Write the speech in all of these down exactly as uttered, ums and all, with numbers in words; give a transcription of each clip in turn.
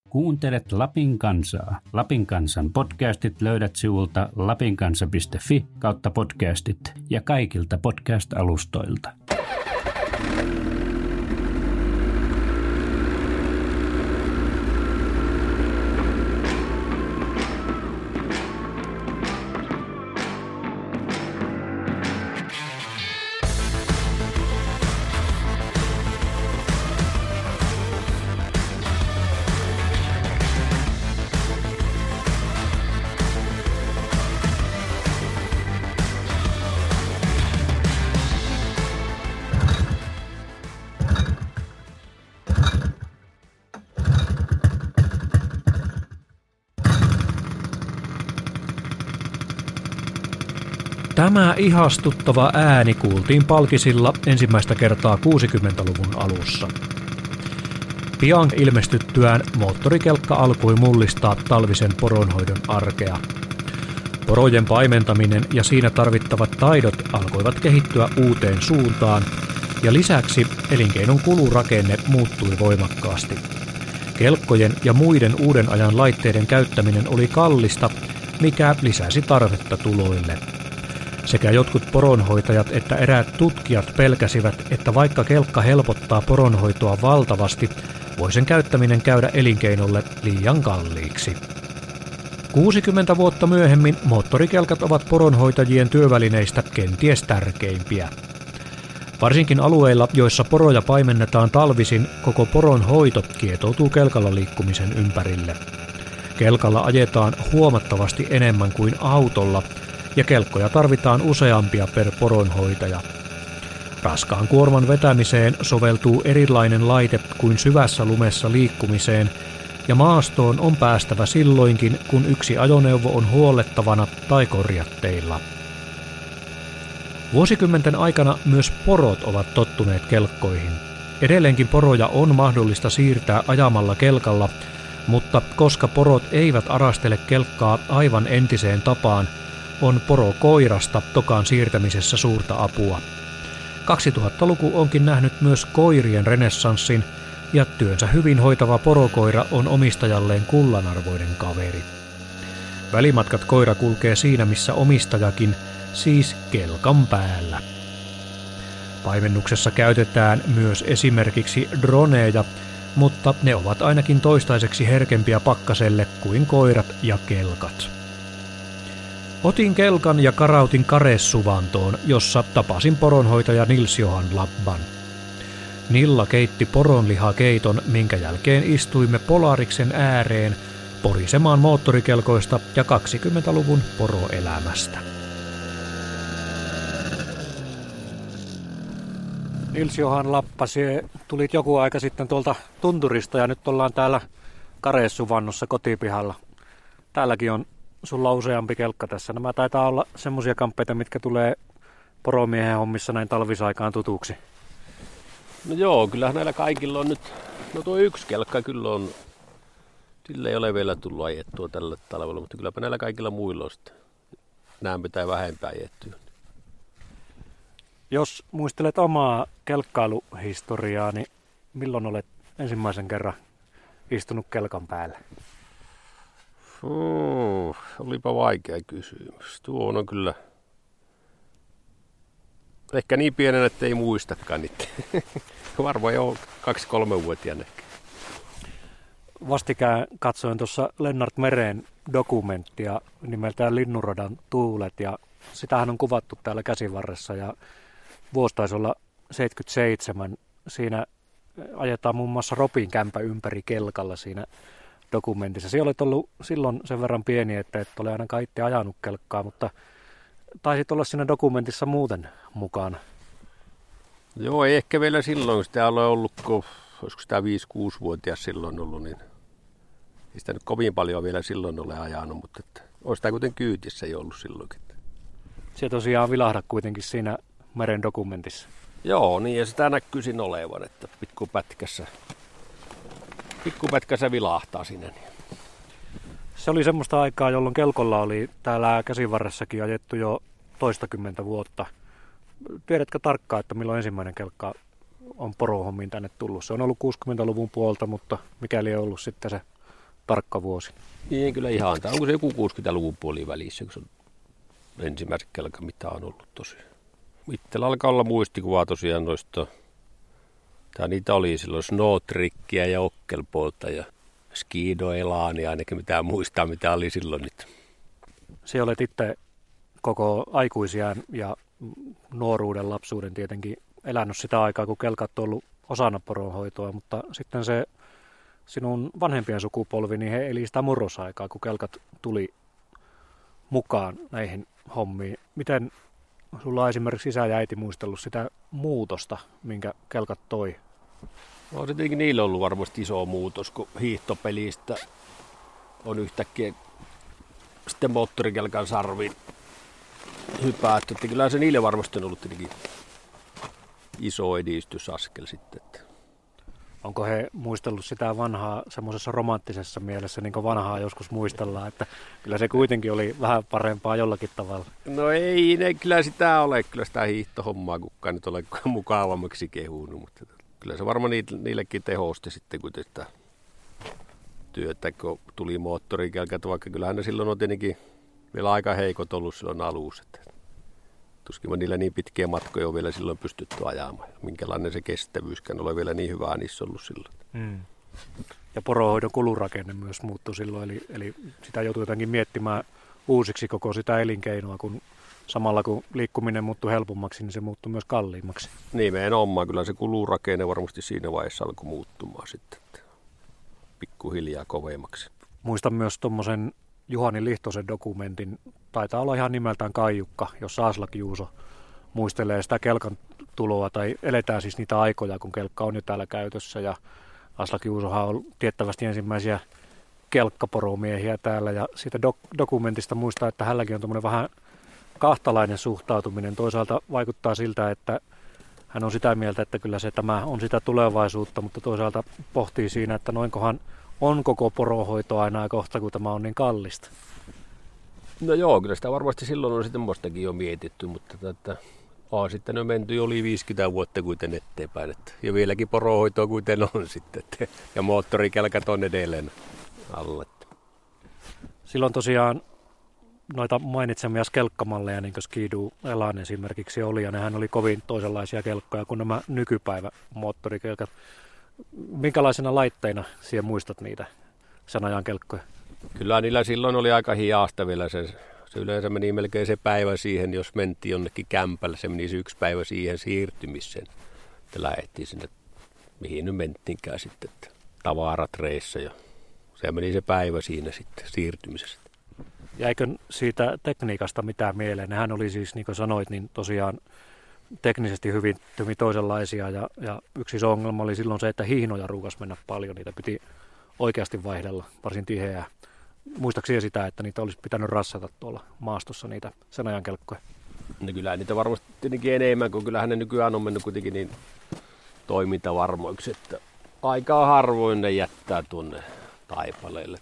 Kuuntelet Lapin kansaa. Lapin kansan podcastit löydät sivulta lapinkansa piste fi kautta podcastit ja kaikilta podcast-alustoilta. Tämä ihastuttava ääni kuultiin Palkisilla ensimmäistä kertaa kuusikymmentäluvun alussa. Pian ilmestyttyään moottorikelkka alkoi mullistaa talvisen poronhoidon arkea. Porojen paimentaminen ja siinä tarvittavat taidot alkoivat kehittyä uuteen suuntaan, ja lisäksi elinkeinon kulurakenne muuttui voimakkaasti. Kelkkojen ja muiden uuden ajan laitteiden käyttäminen oli kallista, mikä lisäsi tarvetta tuloille. Sekä jotkut poronhoitajat että eräät tutkijat pelkäsivät, että vaikka kelkka helpottaa poronhoitoa valtavasti, voi sen käyttäminen käydä elinkeinolle liian kalliiksi. kuusikymmentä vuotta myöhemmin moottorikelkat ovat poronhoitajien työvälineistä kenties tärkeimpiä. Varsinkin alueilla, joissa poroja paimennetaan talvisin, koko poronhoito kietoutuu kelkalla liikkumisen ympärille. Kelkalla ajetaan huomattavasti enemmän kuin autolla, ja kelkkoja tarvitaan useampia per poronhoitaja. Raskaan kuorman vetämiseen soveltuu erilainen laite kuin syvässä lumessa liikkumiseen, ja maastoon on päästävä silloinkin, kun yksi ajoneuvo on huollettavana tai korjatteilla. Vuosikymmenten aikana myös porot ovat tottuneet kelkkoihin. Edelleenkin poroja on mahdollista siirtää ajamalla kelkalla, mutta koska porot eivät arastele kelkkaa aivan entiseen tapaan, on porokoirasta tokaan siirtämisessä suurta apua. kaksituhattaluku onkin nähnyt myös koirien renessanssin, ja työnsä hyvin hoitava porokoira on omistajalleen kullanarvoinen kaveri. Välimatkat koira kulkee siinä, missä omistajakin, siis kelkan päällä. Paimennuksessa käytetään myös esimerkiksi droneja, mutta ne ovat ainakin toistaiseksi herkempiä pakkaselle kuin koirat ja kelkat. Otin kelkan ja karautin Karesuvantoon, jossa tapasin poronhoitaja Nils-Johan Labban. Nilla keitti poronlihakeiton, minkä jälkeen istuimme Polariksen ääreen porisemaan moottorikelkoista ja kaksikymmentäluvun poroelämästä. Nils-Johan Lappasi, tulit joku aika sitten tuolta tunturista ja nyt ollaan täällä Karesuvannossa kotipihalla. Täälläkin on sulla useampi kelkka tässä. Nämä taitaa olla semmoisia kamppeita, mitkä tulee poromiehen hommissa näin talvisaikaan tutuksi. No joo, kyllähän näillä kaikilla on nyt, no tuo yksi kelkka kyllä on, sillä ei ole vielä tullut ajettua tällä talvella, mutta kylläpä näillä kaikilla muilla on sitten enemmän tai vähempää ajettua. Jos muistelet omaa kelkkailuhistoriaa, niin milloin olet ensimmäisen kerran istunut kelkan päällä? Oh, olipa vaikea kysymys. Tuo on kyllä ehkä niin pienen, että ei muistakaan niitä. Varmaan jo kaksi-kolme-vuotiaana. Vastikään katsoin tuossa Lennart Meren dokumenttia nimeltään Linnunradan tuulet, ja sitähän on kuvattu täällä käsivarressa, ja vuosi taisi olla seitsemänkymmentäseitsemän. Siinä ajetaan muun muassa Ropin kämpä ympäri kelkalla siinä dokumentissa. Sinä olet ollut silloin sen verran pieni, että et ole ainakaan itse ajanut kelkkaa, mutta taisit olla siinä dokumentissa muuten mukana. Joo, ei ehkä vielä silloin, kun sitä ole ollut, kun olisiko sitä viisi-kuusi-vuotias silloin ollut, niin ei sitä nyt kovin paljon vielä silloin ole ajanut, mutta että olisi sitä kuitenkin kyytissä jo ollut silloinkin. Se tosiaan vilahda kuitenkin siinä Meren dokumentissa. Joo, niin ja sitä näkyy siinä olevan, että pikkupätkässä, pikkupätkässä vilahtaa sinne. Niin. Se oli semmoista aikaa, jolloin kelkolla oli täällä käsivarressakin ajettu jo toistakymmentä vuotta. Tiedätkö tarkkaan, että milloin ensimmäinen kelkka on porohommiin tänne tullut? Se on ollut kuusikymmentäluvun puolta, mutta mikäli ei ollut sitten se tarkka vuosi. Niin kyllä ihan. Onko se joku kuusikymmentäluvun puolivälissä, kun se on ensimmäiset kelkä, mitä on ollut tosiaan. Itsellä alkaa olla muistikuvaa tosiaan noista. Tää niitä oli silloin snowtrickiä ja okkelpoolta ja skidoelaania, ainakin mitään muistaa, mitä oli silloin nyt. Sinä olet itse koko aikuisiän ja nuoruuden, lapsuuden tietenkin elänyt sitä aikaa, kun kelkat on ollut osana poronhoitoa, mutta sitten se sinun vanhempien sukupolvi, niin he eli sitä murrosaikaa, kun kelkat tuli mukaan näihin hommiin. Miten sulla on esimerkiksi isä ja äiti muistellut sitä muutosta, minkä kelkat toi? No se tietenkin niillä on ollut varmasti iso muutos, kun hiihtopelistä on yhtäkkiä sitten moottorikelkan sarviin hypätty. Että kyllä se niille varmasti on ollut tietenkin iso edistysaskel sitten. Onko he muistellut sitä vanhaa semmoisessa romanttisessa mielessä, niin kuin vanhaa joskus muistellaan, että kyllä se kuitenkin oli vähän parempaa jollakin tavalla? No ei, ne kyllä sitä ole, kyllä sitä hiihtohommaa kukaan nyt ole mukavammaksi kehunut, mutta kyllä se varmaan niillekin tehosti sitten kuitenkin sitä työtä, kun tuli moottorikelkat, vaikka kyllähän ne silloin on tietenkin vielä aika heikot ollut silloin alussa. Tuskin niillä niin pitkiä matkoja on vielä silloin pystytty ajamaan. Minkälainen se kestävyyskään ole vielä niin hyvää niissä ollut silloin. Mm. Ja poronhoidon kulurakenne myös muuttui silloin, eli, eli sitä joutui jotenkin miettimään uusiksi koko sitä elinkeinoa, kun samalla kun liikkuminen muuttui helpommaksi, niin se muuttui myös kalliimmaksi. Nimenomaan, kyllä se kulurakenne varmasti siinä vaiheessa alkoi muuttumaan sitten, pikkuhiljaa kovemmaksi. Muistan myös tuommoisen Juhani Lihtosen dokumentin, taitaa olla ihan nimeltään Kaijukka, jossa Aslak Juuso muistelee sitä kelkan tuloa, tai eletään siis niitä aikoja, kun kelkka on jo täällä käytössä, ja Aslak Juusohan on tiettävästi ensimmäisiä kelkkaporomiehiä täällä, ja siitä dok- dokumentista muistaa, että hänelläkin on tuommoinen vähän kahtalainen suhtautuminen. Toisaalta vaikuttaa siltä, että hän on sitä mieltä, että kyllä se tämä on sitä tulevaisuutta, mutta toisaalta pohtii siinä, että noinkohan on koko poronhoito aina kohta, kun tämä on niin kallista. No joo, kyllä sitä varmasti silloin on sitten muistakin jo mietitty, mutta että on sitten on menty jo yli viisikymmentä vuotta kuiten eteenpäin. Että, ja vieläkin poronhoitoa kuiten on sitten, että, ja moottorikelkat on edelleen alla. Silloin tosiaan noita mainitsemia kelkkamalleja, niin kuin Ski-Doo Elan esimerkiksi oli, ja nehän oli kovin toisenlaisia kelkkoja kuin nämä nykypäivä moottorikelkat. Minkälaisena laitteina siihen muistat niitä sen ajan kelkkoja? Kyllä niillä silloin oli aika hiasta vielä se. Se yleensä meni melkein se päivä siihen, jos mentiin jonnekin kämpälle, se meni se yksi päivä siihen siirtymiseen. Että lähdettiin sinne, mihin nyt mentiinkään sitten, että tavarat reissä ja se meni se päivä siinä sitten siirtymisessä. Jäikö siitä tekniikasta mitään mieleen? Nehän oli siis, niin kuin sanoit, niin tosiaan teknisesti hyvin, hyvin toisenlaisia ja, ja yksi iso ongelma oli silloin se, että hihnoja ruukas mennä paljon, niitä piti oikeasti vaihdella varsin tiheää. Muistaakseni sitä, että niitä olisi pitänyt rassata tuolla maastossa niitä sen ajan kelkkoja? No kyllä niitä varmasti tietenkin enemmän, kun kyllähän ne nykyään on mennyt kuitenkin niin toimintavarmoiksi, että aika harvoin ne jättää tuonne taipaleelle.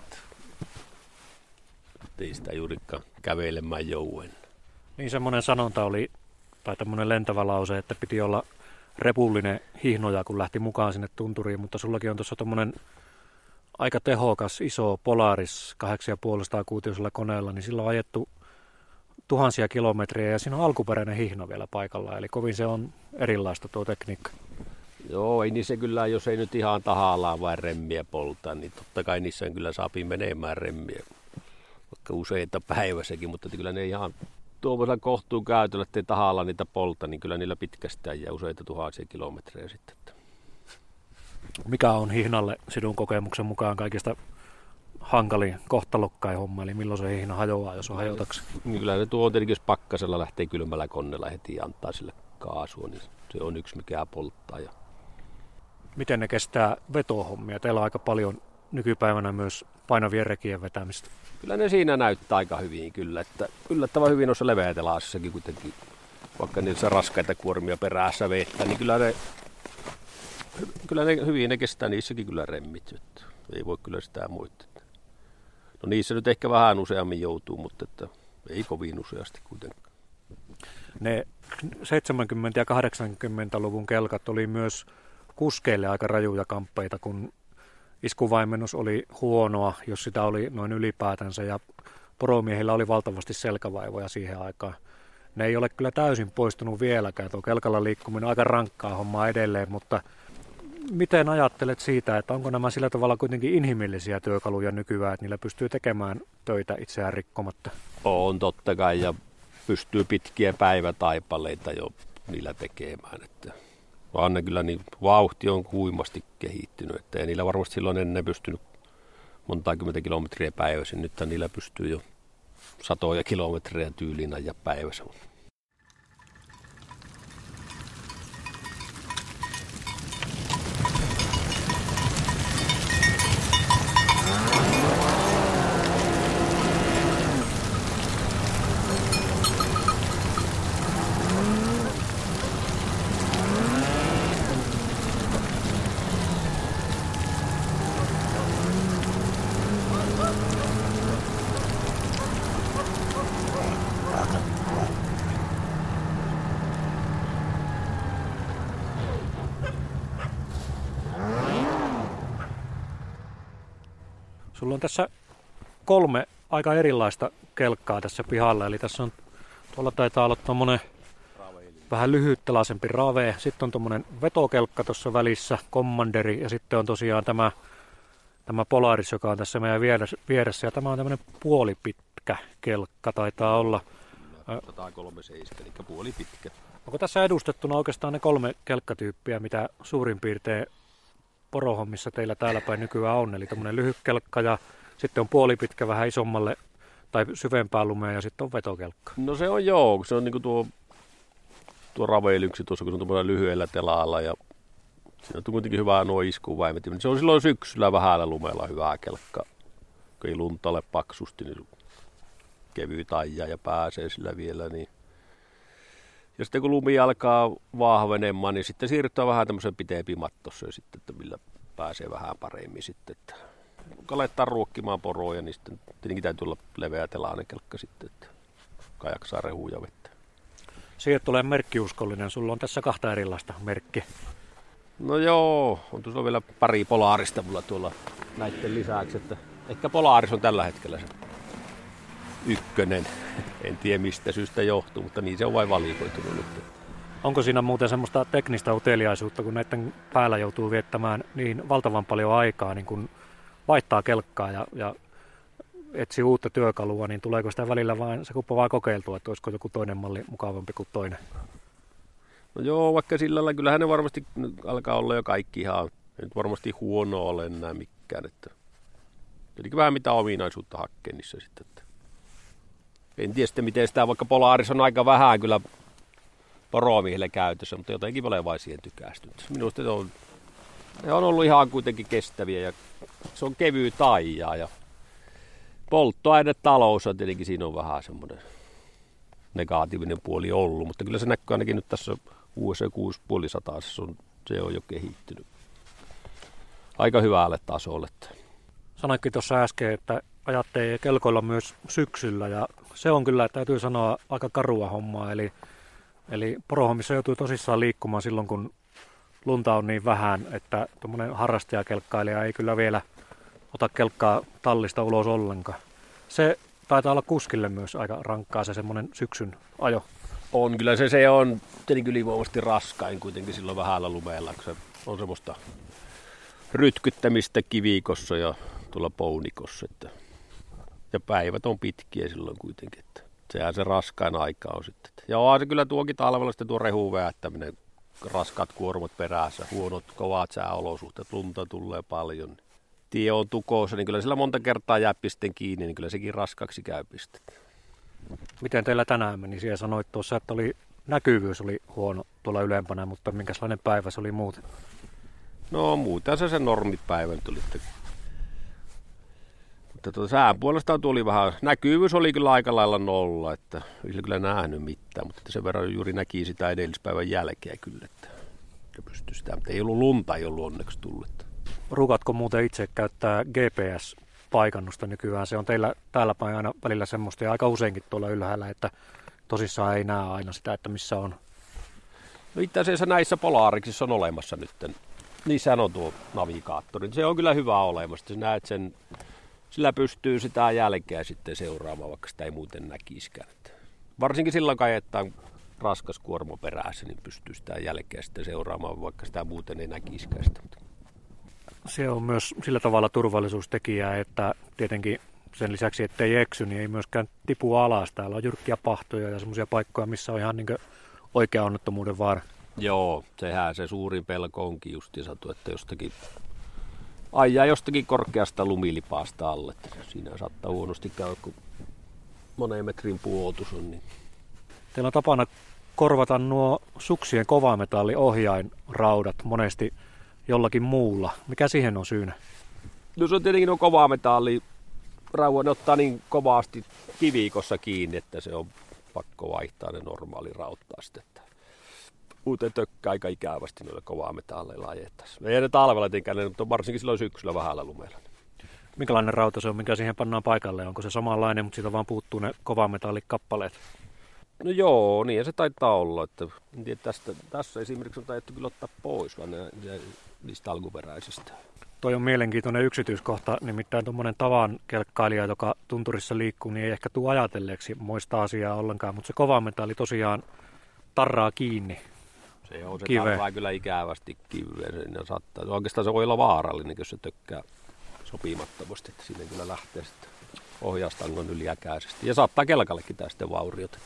Ei sitä juurikaan kävelemään jouen. Niin semmoinen sanonta oli, tai tämmöinen lentävä lause, että piti olla repullinen hihnoja, kun lähti mukaan sinne tunturiin, mutta sullakin on tuossa tommoinen aika tehokas, iso Polaris kahdeksan ja puoli sataa kuutiosella koneella, niin sillä on ajettu tuhansia kilometriä ja siinä on alkuperäinen hihno vielä paikalla, eli kovin se on erilaista tuo tekniikka. Joo, ei niissä kyllä, jos ei nyt ihan tahallaan vain remmiä polta, niin totta kai niissä kyllä saapi menemään remmiä, vaikka useita päivässäkin, mutta kyllä ne ihan tuollaisella kohtuun käytöllä, ettei tahalla niitä polta, niin kyllä niillä pitkästään jää useita tuhansia kilometrejä sitten. Mikä on hihnalle sinun kokemuksen mukaan kaikista hankalin kohtalokkain homma, eli milloin se hihna hajoaa, jos on hajotaksi? Niin kyllä ne tuo tietenkin, jos pakkasella lähtee kylmällä koneella heti ja antaa sille kaasua, niin se on yksi mikä polttaa. Ja miten ne kestää vetohommia? Teillä on aika paljon nykypäivänä myös painavien rekien vetämistä. Kyllä ne siinä näyttää aika hyvin kyllä, että yllättävän hyvin noissa leveätelaasissakin kuitenkin, vaikka niissä raskaita kuormia perässä vettä, niin kyllä ne, kyllä ne hyvin ne kestää niissäkin kyllä remmit, että ei voi kyllä sitä moittaa. No niissä nyt ehkä vähän useammin joutuu, mutta että ei kovin useasti kuitenkaan. Ne seitsemänkymmentä- ja kahdeksankymmentäluvun kelkat oli myös kuskeille aika rajuja kamppeita, kun iskuvaimennus oli huonoa, jos sitä oli noin ylipäätänsä, ja poromiehillä oli valtavasti selkävaivoja siihen aikaan. Ne ei ole kyllä täysin poistunut vieläkään, tuo kelkalla liikkuminen on aika rankkaa hommaa edelleen, mutta miten ajattelet siitä, että onko nämä sillä tavalla kuitenkin inhimillisiä työkaluja nykyään, että niillä pystyy tekemään töitä itseään rikkomatta? On totta kai, ja pystyy pitkiä päivätaipaleita jo niillä tekemään. Että vaan ne kyllä niin vauhti on huimasti kehittynyt, että ei niillä varmasti silloin ennen pystynyt monta kymmentä kilometriä päivässä. Nyt niillä pystyy jo satoja kilometrejä tyyliin ajaa päivässä. Sulla on tässä kolme aika erilaista kelkkaa tässä pihalla, eli tässä on, tuolla taitaa olla tuommoinen vähän lyhyttelaisempi rave, sitten on tuommoinen vetokelkka tuossa välissä, Commanderi, ja sitten on tosiaan tämä, tämä Polaris, joka on tässä meidän vieressä, ja tämä on tämmöinen puolipitkä kelkka, taitaa olla. sata kolmekymmentäseitsemän, eli puolipitkä. Onko tässä edustettuna oikeastaan ne kolme kelkkatyyppiä, mitä suurin piirtein porohommissa teillä täällä päin nykyään on, eli tämmöinen lyhyt kelkka ja sitten on puolipitkä vähän isommalle tai syvempään lumeen ja sitten on vetokelkka. No se on joo, se on niinku tuo, tuo raveilyksi tuossa, kun se on tuommoinen lyhyellä telaalla ja siinä on kuitenkin hyvää nuo iskuvaimet. Se on silloin syksyllä vähällä lumella hyvää kelkka, kun ei lunta ole paksusti, niin kevyt ajaa ja pääsee sillä vielä. Niin. Ja sitten kun lumi alkaa vahvenemaan, niin sitten siirrytään vähän tämmöiseen pitempi mattossa, sitten, että millä pääsee vähän paremmin sitten. Että kun aletaan ruokkimaan poroja, niin sitten tietenkin täytyy olla leveä telainen kelkka sitten, että kajaksaa rehua ja vettä. Siihen tulee merkkiuskollinen. Sulla on tässä kahta erilaista merkkiä. No joo, on tuossa vielä pari Polaarista mulla tuolla näiden lisäksi, että ehkä Polaris on tällä hetkellä se ykkönen. En tiedä mistä syystä johtuu, mutta niin se on vain valikoitunut nyt. Onko siinä muuten semmoista teknistä uteliaisuutta, kun näiden päällä joutuu viettämään niin valtavan paljon aikaa, niin kun vaihtaa kelkkaa ja, ja etsii uutta työkalua, niin tuleeko sitä välillä vain se kuppa vaan kokeiltua, että olisiko joku toinen malli mukavampi kuin toinen? No joo, vaikka sillä lailla, kyllähän ne varmasti alkaa olla jo kaikki ihan, ei nyt varmasti huono ole enää mikään, että tietenkin vähän mitä ominaisuutta hakkee niissä sitten. Että en tiedä sitten, miten sitä, vaikka Polaris on aika vähän kyllä poromiehille käytössä, mutta jotenkin olen vain siihen tykästynyt. Minusta ne on, ne on ollut ihan kuitenkin kestäviä ja se on kevyt ajaa ja polttoainetalous on tietenkin, siinä on vähän semmoinen negatiivinen puoli ollut, mutta kyllä se näkyy ainakin nyt tässä U S kuusi pilkku viisi se on, se on jo kehittynyt aika hyvälle tasolle. Sanoitkin tuossa äsken, että ajatte kelkoilla myös syksyllä ja se on kyllä, täytyy sanoa, aika karua hommaa. Eli, eli porohommissa joutuu tosissaan liikkumaan silloin, kun lunta on niin vähän, että tuommoinen harrastajakelkkailija ei kyllä vielä ota kelkkaa tallista ulos ollenkaan. Se taitaa olla kuskille myös aika rankkaa se semmoinen syksyn ajo. On, kyllä se, se on tietenkin ylivoimaisesti raskain kuitenkin silloin vähällä lumella, kun se on semmoista rytkyttämistä kivikossa ja tuolla pounikossa. Että, ja päivät on pitkiä silloin kuitenkin, että sehän se raskain aika on sitten. Ja onhan se kyllä tuokin talvella sitten tuo rehun väättäminen, raskaat kuormat perässä, huonot kovat sääolosuhteet, lunta tulee paljon. Tie on tukossa, niin kyllä sillä monta kertaa jää sitten kiinni, niin kyllä sekin raskaaksi käy pistettä. Miten teillä tänään meni? Siellä sanoit tuossa, että oli, näkyvyys oli huono tuolla ylempänä, mutta minkälainen päivä se oli muuten? No muuten se se normipäivä nyt oli. Mutta tuota, sään puolestaan tuli vähän, näkyvyys oli kyllä aika lailla nolla, että ei sillä kyllä nähnyt mitään, mutta sen verran juuri näki sitä edellispäivän jälkeen kyllä, että pystyi sitä, mutta ei ollut lunta, ei ollut onneksi tullut. Ruukatko muuten itse käyttää G P S-paikannusta nykyään? Se on teillä täällä päin aina välillä semmoista ja aika useinkin tuolla ylhäällä, että tosissaan ei näe aina sitä, että missä on. No itse asiassa näissä Polariksissa on olemassa nyt niissähän on tuo navigaattori. Se on kyllä hyvä olemassa. Sä näet sen, sillä pystyy sitä jälkeä sitten seuraamaan, vaikka sitä ei muuten näkisikään. Varsinkin silloin, kun ajetaan raskas kuorma perässä, niin pystyy sitä jälkeä sitten seuraamaan, vaikka sitä muuten ei näkisikään. Se on myös sillä tavalla turvallisuustekijä, että tietenkin sen lisäksi, ettei eksy, niin ei myöskään tipu alas. Täällä on jyrkkiä pahtoja ja semmoisia paikkoja, missä on ihan niin kuin oikea onnettomuuden vaara. Joo, sehän se suurin pelko onkin justiinsa tuo, että jostakin ajaa jostakin korkeasta lumilipaasta alle. Siinä saattaa huonosti käydä, kun monen metrin puotus on. Niin. Teillä on tapana korvata nuo suksien kovametalliohjainraudat monesti jollakin muulla. Mikä siihen on syynä? No se on tietenkin nuo kovametalliraudat, ne ottaa niin kovasti kiviikossa kiinni, että se on pakko vaihtaa ne normaali rauttaa sitten. Muuten tökkää aika ikävästi noilla kovaa metalleilla ajettaisiin. Ei ne talvella tietenkään, mutta varsinkin silloin syksyllä vähällä lumella. Minkälainen rauta se on, mikä siihen pannaan paikalle? Onko se samanlainen, mutta siitä vaan puuttuu ne kovametallikappaleet? No joo, niin se taitaa olla. Että, en tiedä, tästä, tässä esimerkiksi on taidettu kyllä ottaa pois vaan ne, ne, niistä alkuperäisistä. Toi on mielenkiintoinen yksityiskohta, nimittäin tuommoinen tavan kelkkailija, joka tunturissa liikkuu, niin ei ehkä tule ajatelleeksi muista asiaa ollenkaan, mutta se kovametalli tosiaan tarraa kiinni. Se on, se tarraa kyllä ikävästi kiveen. Saattaa, oikeastaan se voi olla vaarallinen, jos se tökkää sopimattomasti, että siinä kyllä lähtee sitten ohjaustangon yli äkäisesti. Ja saattaa kelkallekin tää sitten vauriot.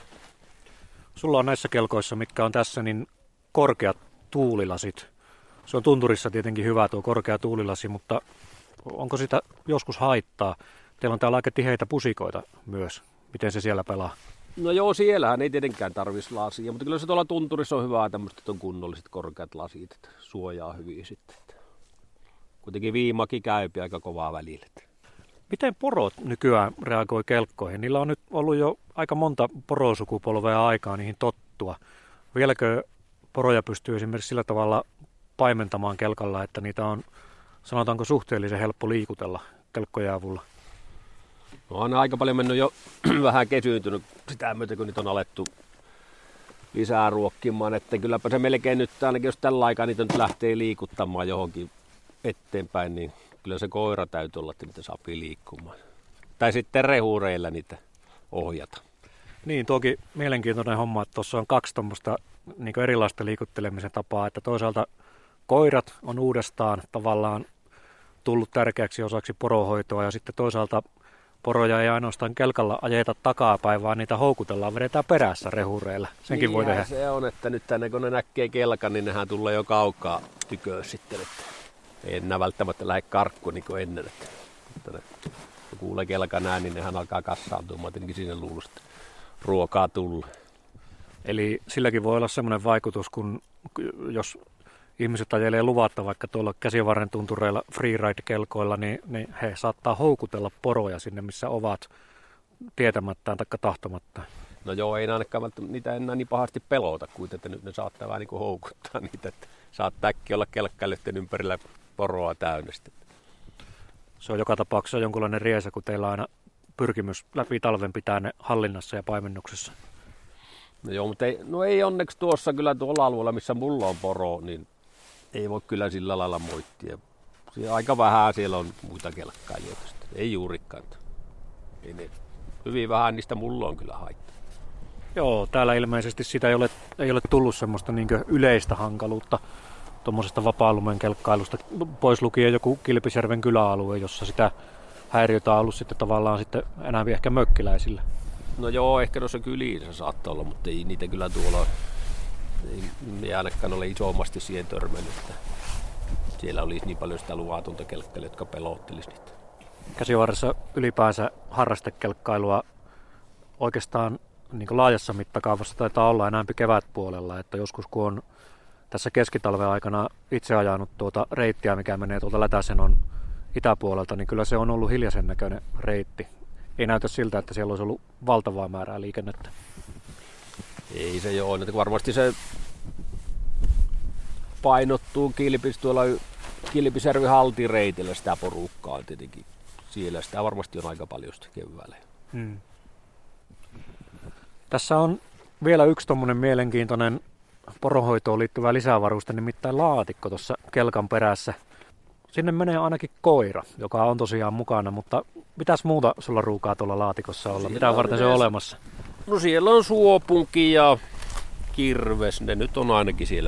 Sulla on näissä kelkoissa, mitkä on tässä, niin korkeat tuulilasit. Se on tunturissa tietenkin hyvä tuo korkea tuulilasi, mutta onko sitä joskus haittaa? Teillä on täällä aika tiheitä pusikoita myös. Miten se siellä pelaa? No joo, siellähän ei tietenkään tarvitsisi lasia, mutta kyllä se tuolla tunturissa on hyvä tämmöiset, että on kunnolliset korkeat lasit, että suojaa hyvin sitten. Kuitenkin viimakin käypi aika kovaa välillä. Miten porot nykyään reagoi kelkkoihin? Niillä on nyt ollut jo aika monta porosukupolvea aikaa niihin tottua. Vieläkö poroja pystyy esimerkiksi sillä tavalla paimentamaan kelkalla, että niitä on, sanotaanko, suhteellisen helppo liikutella kelkkojen avulla? No on aika paljon mennyt jo vähän kesyyntynyt sitä myötä, kun niitä on alettu lisää ruokkimaan, että kylläpä se melkein nyt ainakin jos tällä aikaa niitä nyt lähtee liikuttamaan johonkin eteenpäin, niin kyllä se koira täytyy olla, että niitä saa liikkumaan. Tai sitten rehureilla niitä ohjata. Niin, toki mielenkiintoinen homma, että tuossa on kaksi tuommoista niin erilaista liikuttelemisen tapaa, että toisaalta koirat on uudestaan tavallaan tullut tärkeäksi osaksi porohoitoa ja sitten toisaalta poroja ei ainoastaan kelkalla ajeta takapäin, vaan niitä houkutellaan, vedetään perässä rehureilla. Senkin niin voi tehdä. Se on, että nyt tänne kun ne näkee kelkan, niin nehän tulee jo kaukaa tyköön sitten. Että ei enää välttämättä lähde karkkuun niin kuin ennen. Että, että ne, kun kuulee kelkan näin, niin nehän alkaa kassaantumaan tietenkin sinne luulusta ruokaa tulla. Eli silläkin voi olla semmoinen vaikutus, kun jos ihmiset ajelee luvatta vaikka tuolla käsivarren tuntureilla freeride-kelkoilla, niin, niin he saattaa houkutella poroja sinne, missä ovat tietämättään tai tahtomattaan. No joo, ei ainakaan niitä enää niin pahasti pelota, kuin että nyt ne saattaa vähän niin kuin houkuttaa niitä, että saattaa äkkiä olla kelkkailijoiden ympärillä poroa täynnä. Se on joka tapauksessa jonkunlainen riesa, kun teillä on aina pyrkimys läpi talven pitää ne hallinnassa ja paimennuksessa. No joo, mutta ei, no ei onneksi tuossa kyllä tuolla alueella, missä mulla on poro, niin ei voi kyllä sillä lailla moittia. Siellä aika vähän siellä on muita kelkkailijoita. Ei juurikaan. Ei ne, hyvin vähän niistä mulla on kyllä haittaa. Joo, täällä ilmeisesti sitä ei ole, ei ole tullut semmoista niin kuin yleistä hankaluutta tuommoisesta vapaa-lumen kelkkailusta. Pois lukien joku Kilpisjärven kyläalue, jossa sitä häiriötä on ollut sitten tavallaan sitten enää ehkä mökkiläisillä. No joo, ehkä tuossa kyliin se saattaa olla, mutta ei niitä kyllä tuolla, ei, ei ainakaan ole isommasti siihen törmännyt, että siellä olisi niin paljon sitä luvatonta kelkkailua, jotka pelottelisi niitä. Käsivarressa ylipäänsä harrastekelkkailua oikeastaan niin kuin laajassa mittakaavassa taitaa olla enää kevätpuolella, että joskus kun on tässä keskitalven aikana itse ajanut tuota reittiä, mikä menee tuolta Lätäsenon itäpuolelta, niin kyllä se on ollut hiljaisen näköinen reitti. Ei näytä siltä, että siellä olisi ollut valtavaa määrää liikennettä. Ei se joo, että varmasti se painottuu Kilpis tuolla Kilpisjärvi haltireitillä sitä porukkaa tietenkin. Siellä sitä varmasti on aika paljon sitä keväällä. Hmm. Tässä on vielä yksi tommonen mielenkiintoinen poronhoitoon liittyvää lisävarusta, nimittäin laatikko tuossa kelkan perässä. Sinne menee ainakin koira, joka on tosiaan mukana, mutta mitäs muuta sulla ruukaa tuolla laatikossa olla? Siellä mitä varten se on olemassa? No siellä on suopunki ja kirves, ne nyt on ainakin siellä,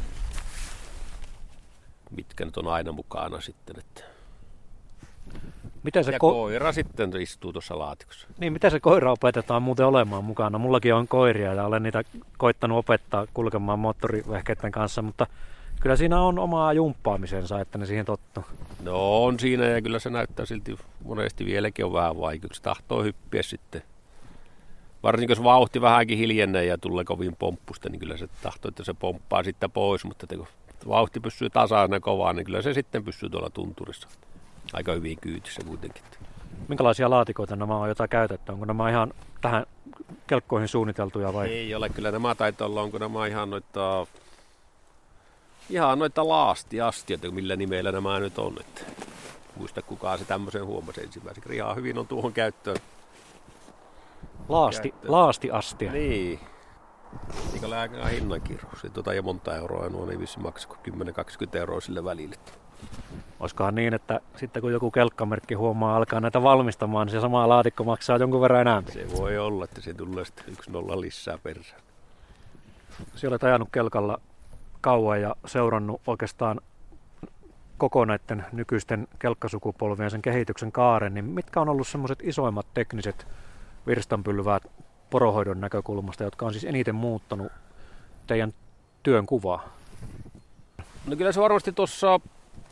mitkä nyt on aina mukana sitten. Että... Miten se ja ko- koira sitten istuu tuossa laatikossa. Niin, miten se koira opetetaan muuten olemaan mukana? Mullakin on koiria ja olen niitä koittanut opettaa kulkemaan moottorivehkeiden kanssa, mutta kyllä siinä on omaa jumppaamisensa, että ne siihen tottuu. No on siinä ja kyllä se näyttää silti monesti vieläkin on vähän vaikeaa. Se tahtoo hyppiä sitten. Varsinkin jos vauhti vähänkin hiljennee ja tulee kovin pomppusta, niin kyllä se tahtoo, että se pomppaa sitten pois. Mutta kun vauhti pysyy tasaisena kovaa, niin kyllä se sitten pysyy tuolla tunturissa. Aika hyvin kyytissä kuitenkin. Minkälaisia laatikoita nämä on, joita käytetty? Onko nämä ihan tähän kelkkoihin suunniteltuja vai? Ei ole, kyllä nämä taitaa olla, onko nämä ihan noita, ihan noita laastiastioita, millä nimellä nämä nyt on. Että muista kukaan se tämmöisen huomasi ensimmäiseksi. Ihan hyvin on tuohon käyttöön. Laasti, laastiastia. Niin. Eikä ole aika hinnankirjo. Se tuota ei monta euroa, nuo ei vissi maksa kuin kymmenen kaksikymmentä euroa sille välille. Olisikohan niin, että sitten kun joku kelkkamerkki huomaa alkaa näitä valmistamaan, niin se sama laatikko maksaa jonkun verran enemmän? Se voi olla, että se tulee sitten yksi nolla lisää perään. Sinä olet ajanut kelkalla kauan ja seurannut oikeastaan koko näiden nykyisten kelkkasukupolvien sen kehityksen kaaren, niin mitkä on ollut semmoiset isoimmat tekniset virstanpylväät poronhoidon näkökulmasta, jotka on siis eniten muuttanut teidän työn kuvaa? No kyllä se varmasti tuossa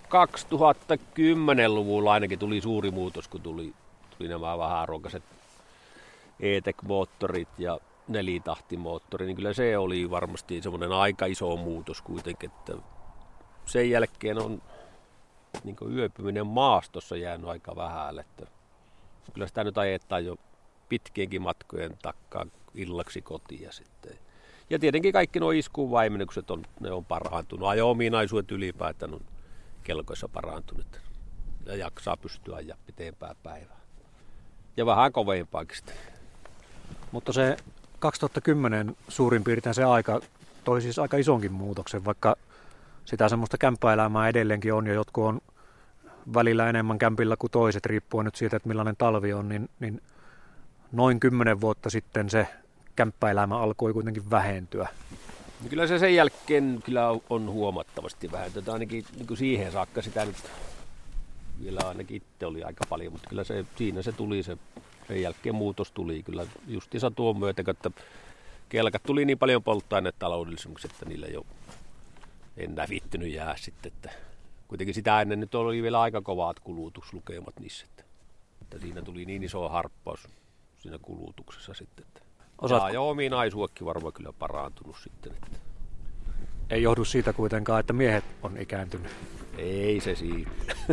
kaksituhattakymmenen-luvulla ainakin tuli suuri muutos, kun tuli, tuli nämä vähäruokaiset E-Tech-moottorit ja nelitahtimoottori, niin kyllä se oli varmasti semmoinen aika iso muutos kuitenkin, että sen jälkeen on niin kuin yöpyminen maastossa jäänyt aika vähälle, että kyllä sitä nyt ajetaan jo pitkienkin matkojen takkaa illaksi kotiin ja sitten. Ja tietenkin kaikki nuo iskuun vaimennukset on, ne on parantunut, ajo-ominaisuudet ylipäätään on kelkoissa parantunut ja jaksaa pystyä ajaa pitempään päivää. Ja vähän kovempaakin sitten. Mutta se kaksituhattakymmenen suurin piirtein se aika toi siis aika isonkin muutoksen, vaikka sitä semmoista kämppäelämää edelleenkin on ja jotkut on välillä enemmän kämpillä kuin toiset, riippuen nyt siitä, että millainen talvi on, niin, niin noin kymmenen vuotta sitten se kämppäelämä alkoi kuitenkin vähentyä. No kyllä se sen jälkeen kyllä on huomattavasti vähentynyt, ainakin niin kuin siihen saakka sitä nyt vielä ainakin itse oli aika paljon, mutta kyllä se, siinä se tuli, se, sen jälkeen muutos tuli kyllä justiinsa tuon myötä, että kelkat tuli niin paljon polttoaineet taloudellisemmaksi, että niillä ei ole enää viittynyt jää sitten, että kuitenkin sitä ennen nyt oli vielä aika kovat kulutuslukemat niissä, että, että siinä tuli niin iso harppaus siinä kulutuksessa sitten, että Osaatko? Ja ominaisuukki varmaan kyllä parantunut sitten. Että ei johdu siitä kuitenkaan, että miehet on ikääntynyt. Ei se siitä.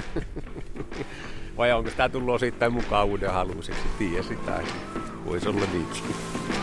Vai onko sitä tullut osittain mukavuuden haluiseksi? Tiedä sitä. Voisi olla niinkin.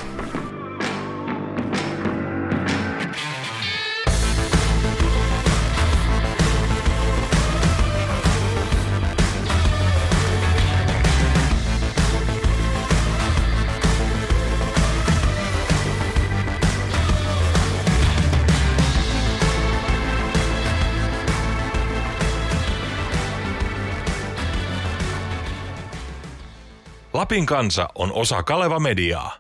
Lapin kansa on osa Kaleva Mediaa.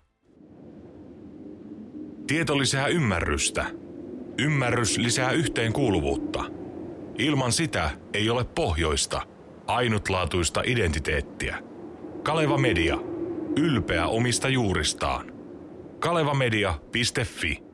Tieto lisää ymmärrystä. Ymmärrys lisää yhteenkuuluvuutta. Ilman sitä ei ole pohjoista, ainutlaatuista identiteettiä. Kaleva Media. Ylpeä omista juuristaan. kalevamedia piste fi